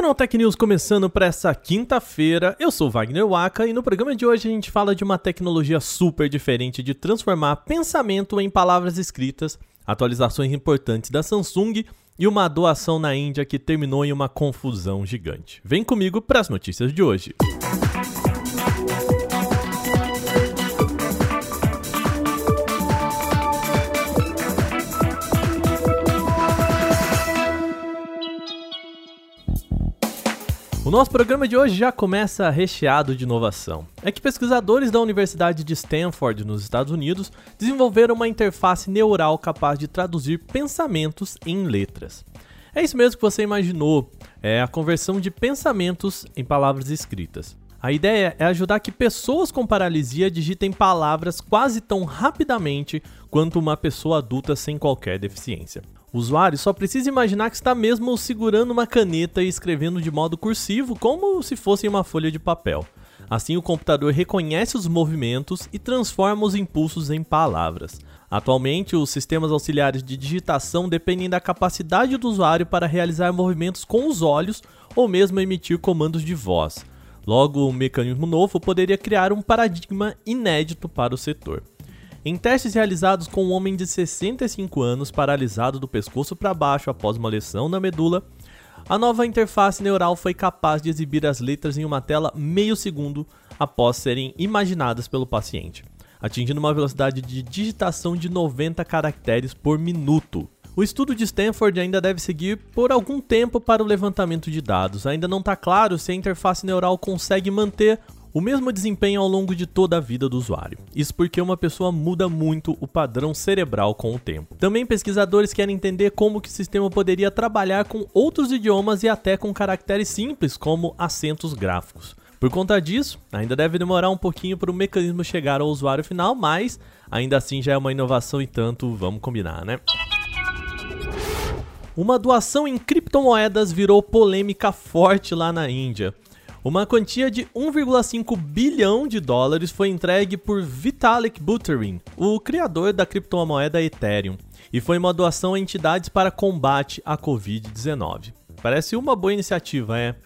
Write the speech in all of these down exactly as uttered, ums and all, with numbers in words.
Canal Tech News começando para essa quinta-feira, eu sou Wagner Waka e no programa de hoje a gente fala de uma tecnologia super diferente de transformar pensamento em palavras escritas, atualizações importantes da Samsung e uma doação na Índia que terminou em uma confusão gigante. Vem comigo para as notícias de hoje. O nosso programa de hoje já começa recheado de inovação. É que pesquisadores da Universidade de Stanford, nos Estados Unidos, desenvolveram uma interface neural capaz de traduzir pensamentos em letras. É isso mesmo que você imaginou, é a conversão de pensamentos em palavras escritas. A ideia é ajudar que pessoas com paralisia digitem palavras quase tão rapidamente quanto uma pessoa adulta sem qualquer deficiência. O usuário só precisa imaginar que está mesmo segurando uma caneta e escrevendo de modo cursivo, como se fosse uma folha de papel. Assim, o computador reconhece os movimentos e transforma os impulsos em palavras. Atualmente, os sistemas auxiliares de digitação dependem da capacidade do usuário para realizar movimentos com os olhos ou mesmo emitir comandos de voz. Logo, um mecanismo novo poderia criar um paradigma inédito para o setor. Em testes realizados com um homem de sessenta e cinco anos paralisado do pescoço para baixo após uma lesão na medula, a nova interface neural foi capaz de exibir as letras em uma tela meio segundo após serem imaginadas pelo paciente, atingindo uma velocidade de digitação de noventa caracteres por minuto. O estudo de Stanford ainda deve seguir por algum tempo para o levantamento de dados. Ainda não está claro se a interface neural consegue manter o mesmo desempenho ao longo de toda a vida do usuário. Isso porque uma pessoa muda muito o padrão cerebral com o tempo. Também pesquisadores querem entender como que o sistema poderia trabalhar com outros idiomas e até com caracteres simples, como acentos gráficos. Por conta disso, ainda deve demorar um pouquinho para o mecanismo chegar ao usuário final, mas ainda assim já é uma inovação e tanto, vamos combinar, né? Uma doação em criptomoedas virou polêmica forte lá na Índia. Uma quantia de um vírgula cinco bilhão de dólares foi entregue por Vitalik Buterin, o criador da criptomoeda Ethereum, e foi uma doação a entidades para combate à covid dezenove. Parece uma boa iniciativa, é?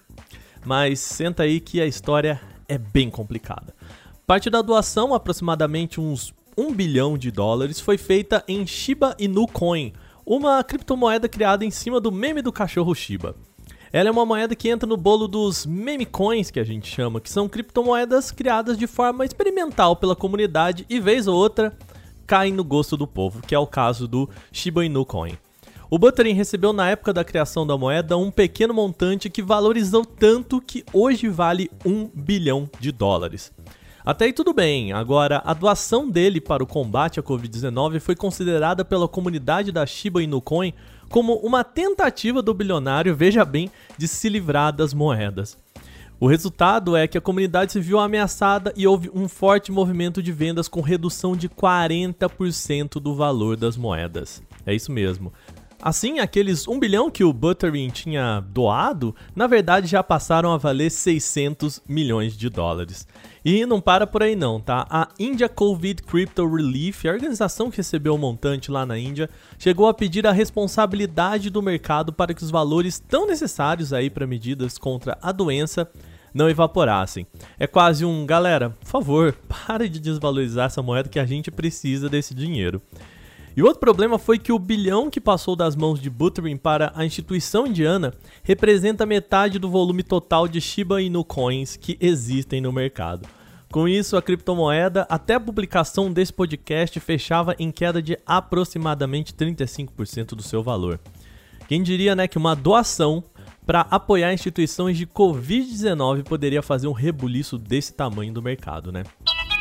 Mas senta aí que a história é bem complicada. Parte da doação, aproximadamente uns um bilhão de dólares, foi feita em Shiba Inu Coin, uma criptomoeda criada em cima do meme do cachorro Shiba. Ela é uma moeda que entra no bolo dos meme coins, que a gente chama, que são criptomoedas criadas de forma experimental pela comunidade e, vez ou outra, caem no gosto do povo, que é o caso do Shiba Inu Coin. O Buterin recebeu na época da criação da moeda um pequeno montante que valorizou tanto que hoje vale um bilhão de dólares. Até aí tudo bem, agora a doação dele para o combate à covid dezenove foi considerada pela comunidade da Shiba Inu Coin como uma tentativa do bilionário, veja bem, de se livrar das moedas. O resultado é que a comunidade se viu ameaçada e houve um forte movimento de vendas com redução de quarenta por cento do valor das moedas. É isso mesmo. Assim, aqueles um bilhão que o Buterin tinha doado, na verdade já passaram a valer seiscentos milhões de dólares. E não para por aí não, tá? A India Covid Crypto Relief, a organização que recebeu o montante lá na Índia, chegou a pedir a responsabilidade do mercado para que os valores tão necessários aí para medidas contra a doença não evaporassem. É quase um, galera, por favor, pare de desvalorizar essa moeda que a gente precisa desse dinheiro. E o outro problema foi que o bilhão que passou das mãos de Buterin para a instituição indiana representa metade do volume total de Shiba Inu Coins que existem no mercado. Com isso, a criptomoeda, até a publicação desse podcast, fechava em queda de aproximadamente trinta e cinco por cento do seu valor. Quem diria, né, que uma doação para apoiar instituições de covid dezenove poderia fazer um rebuliço desse tamanho do mercado, né?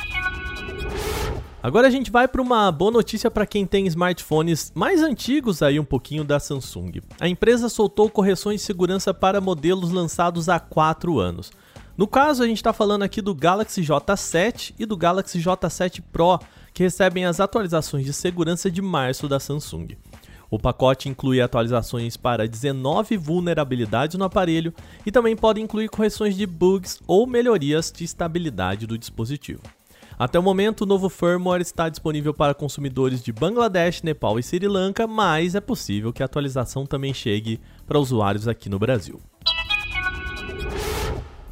Agora a gente vai para uma boa notícia para quem tem smartphones mais antigos aí um pouquinho da Samsung. A empresa soltou correções de segurança para modelos lançados há quatro anos. No caso, a gente está falando aqui do Galaxy J sete e do Galaxy J sete Pro, que recebem as atualizações de segurança de março da Samsung. O pacote inclui atualizações para dezenove vulnerabilidades no aparelho e também pode incluir correções de bugs ou melhorias de estabilidade do dispositivo. Até o momento, o novo firmware está disponível para consumidores de Bangladesh, Nepal e Sri Lanka, mas é possível que a atualização também chegue para usuários aqui no Brasil.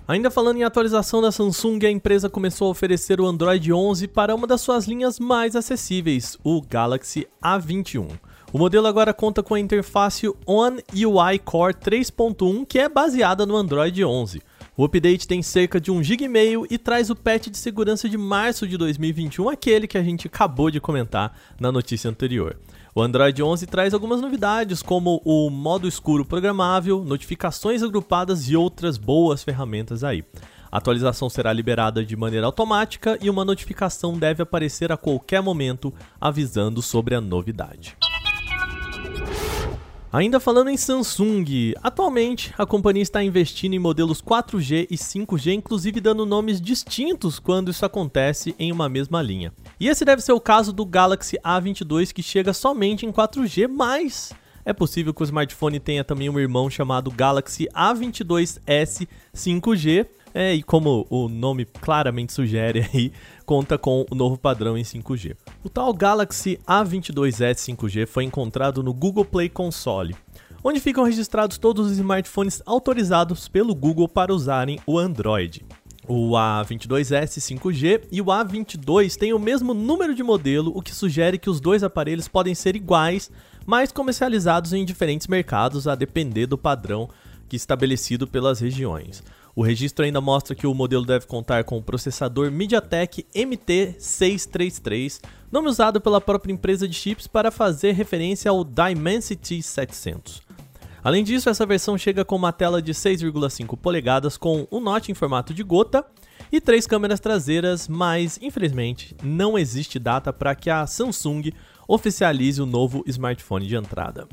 Ainda falando em atualização da Samsung, a empresa começou a oferecer o Android onze para uma das suas linhas mais acessíveis, o Galaxy A vinte e um. O modelo agora conta com a interface One U I Core três ponto um, que é baseada no Android onze. O update tem cerca de um vírgula cinco gigas e traz o patch de segurança de março de dois mil e vinte e um, aquele que a gente acabou de comentar na notícia anterior. O Android onze traz algumas novidades, como o modo escuro programável, notificações agrupadas e outras boas ferramentas aí. A atualização será liberada de maneira automática e uma notificação deve aparecer a qualquer momento avisando sobre a novidade. Ainda falando em Samsung, atualmente a companhia está investindo em modelos quatro G e cinco G, inclusive dando nomes distintos quando isso acontece em uma mesma linha. E esse deve ser o caso do Galaxy A vinte e dois, que chega somente em quatro G, mas é possível que o smartphone tenha também um irmão chamado Galaxy A vinte e dois S cinco G, é, e como o nome claramente sugere aí, conta com o novo padrão em cinco G. O tal Galaxy A vinte e dois S cinco G foi encontrado no Google Play Console, onde ficam registrados todos os smartphones autorizados pelo Google para usarem o Android. O A vinte e dois S cinco G e o A vinte e dois têm o mesmo número de modelo, o que sugere que os dois aparelhos podem ser iguais, mas comercializados em diferentes mercados a depender do padrão que é estabelecido pelas regiões. O registro ainda mostra que o modelo deve contar com o processador MediaTek M T seiscentos e trinta e três, nome usado pela própria empresa de chips para fazer referência ao Dimensity setecentos. Além disso, essa versão chega com uma tela de seis vírgula cinco polegadas com um notch em formato de gota e três câmeras traseiras, mas infelizmente não existe data para que a Samsung oficialize o novo smartphone de entrada.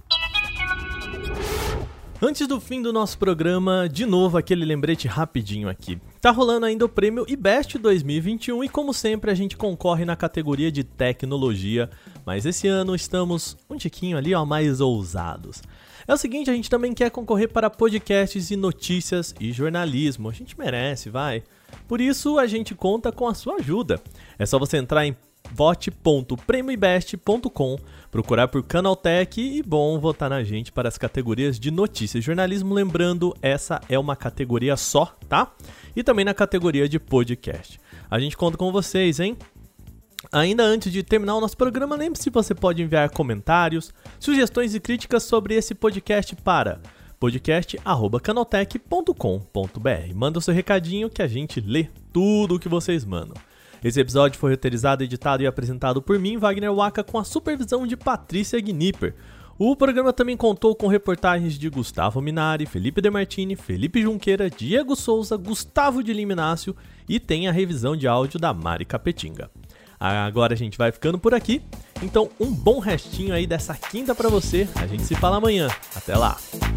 Antes do fim do nosso programa, de novo aquele lembrete rapidinho aqui. Tá rolando ainda o prêmio iBest dois mil e vinte e um e como sempre a gente concorre na categoria de tecnologia, mas esse ano estamos um tiquinho ali ó, mais ousados. É o seguinte, a gente também quer concorrer para podcasts e notícias e jornalismo, a gente merece, vai. Por isso a gente conta com a sua ajuda. É só você entrar em vote ponto prêmio ibest ponto com, procurar por Canaltech e, bom, votar na gente para as categorias de notícias e jornalismo. Lembrando, essa é uma categoria só, tá? E também na categoria de podcast. A gente conta com vocês, hein? Ainda antes de terminar o nosso programa, lembre-se que você pode enviar comentários, sugestões e críticas sobre esse podcast para podcast arroba canaltech ponto com ponto br. Manda o seu recadinho que a gente lê tudo o que vocês mandam. Esse episódio foi roteirizado, editado e apresentado por mim, Wagner Waka, com a supervisão de Patrícia Gnipper. O programa também contou com reportagens de Gustavo Minari, Felipe De Martini, Felipe Junqueira, Diego Souza, Gustavo de Liminácio e tem a revisão de áudio da Mari Capetinga. Agora a gente vai ficando por aqui, então um bom restinho aí dessa quinta pra você, a gente se fala amanhã, até lá!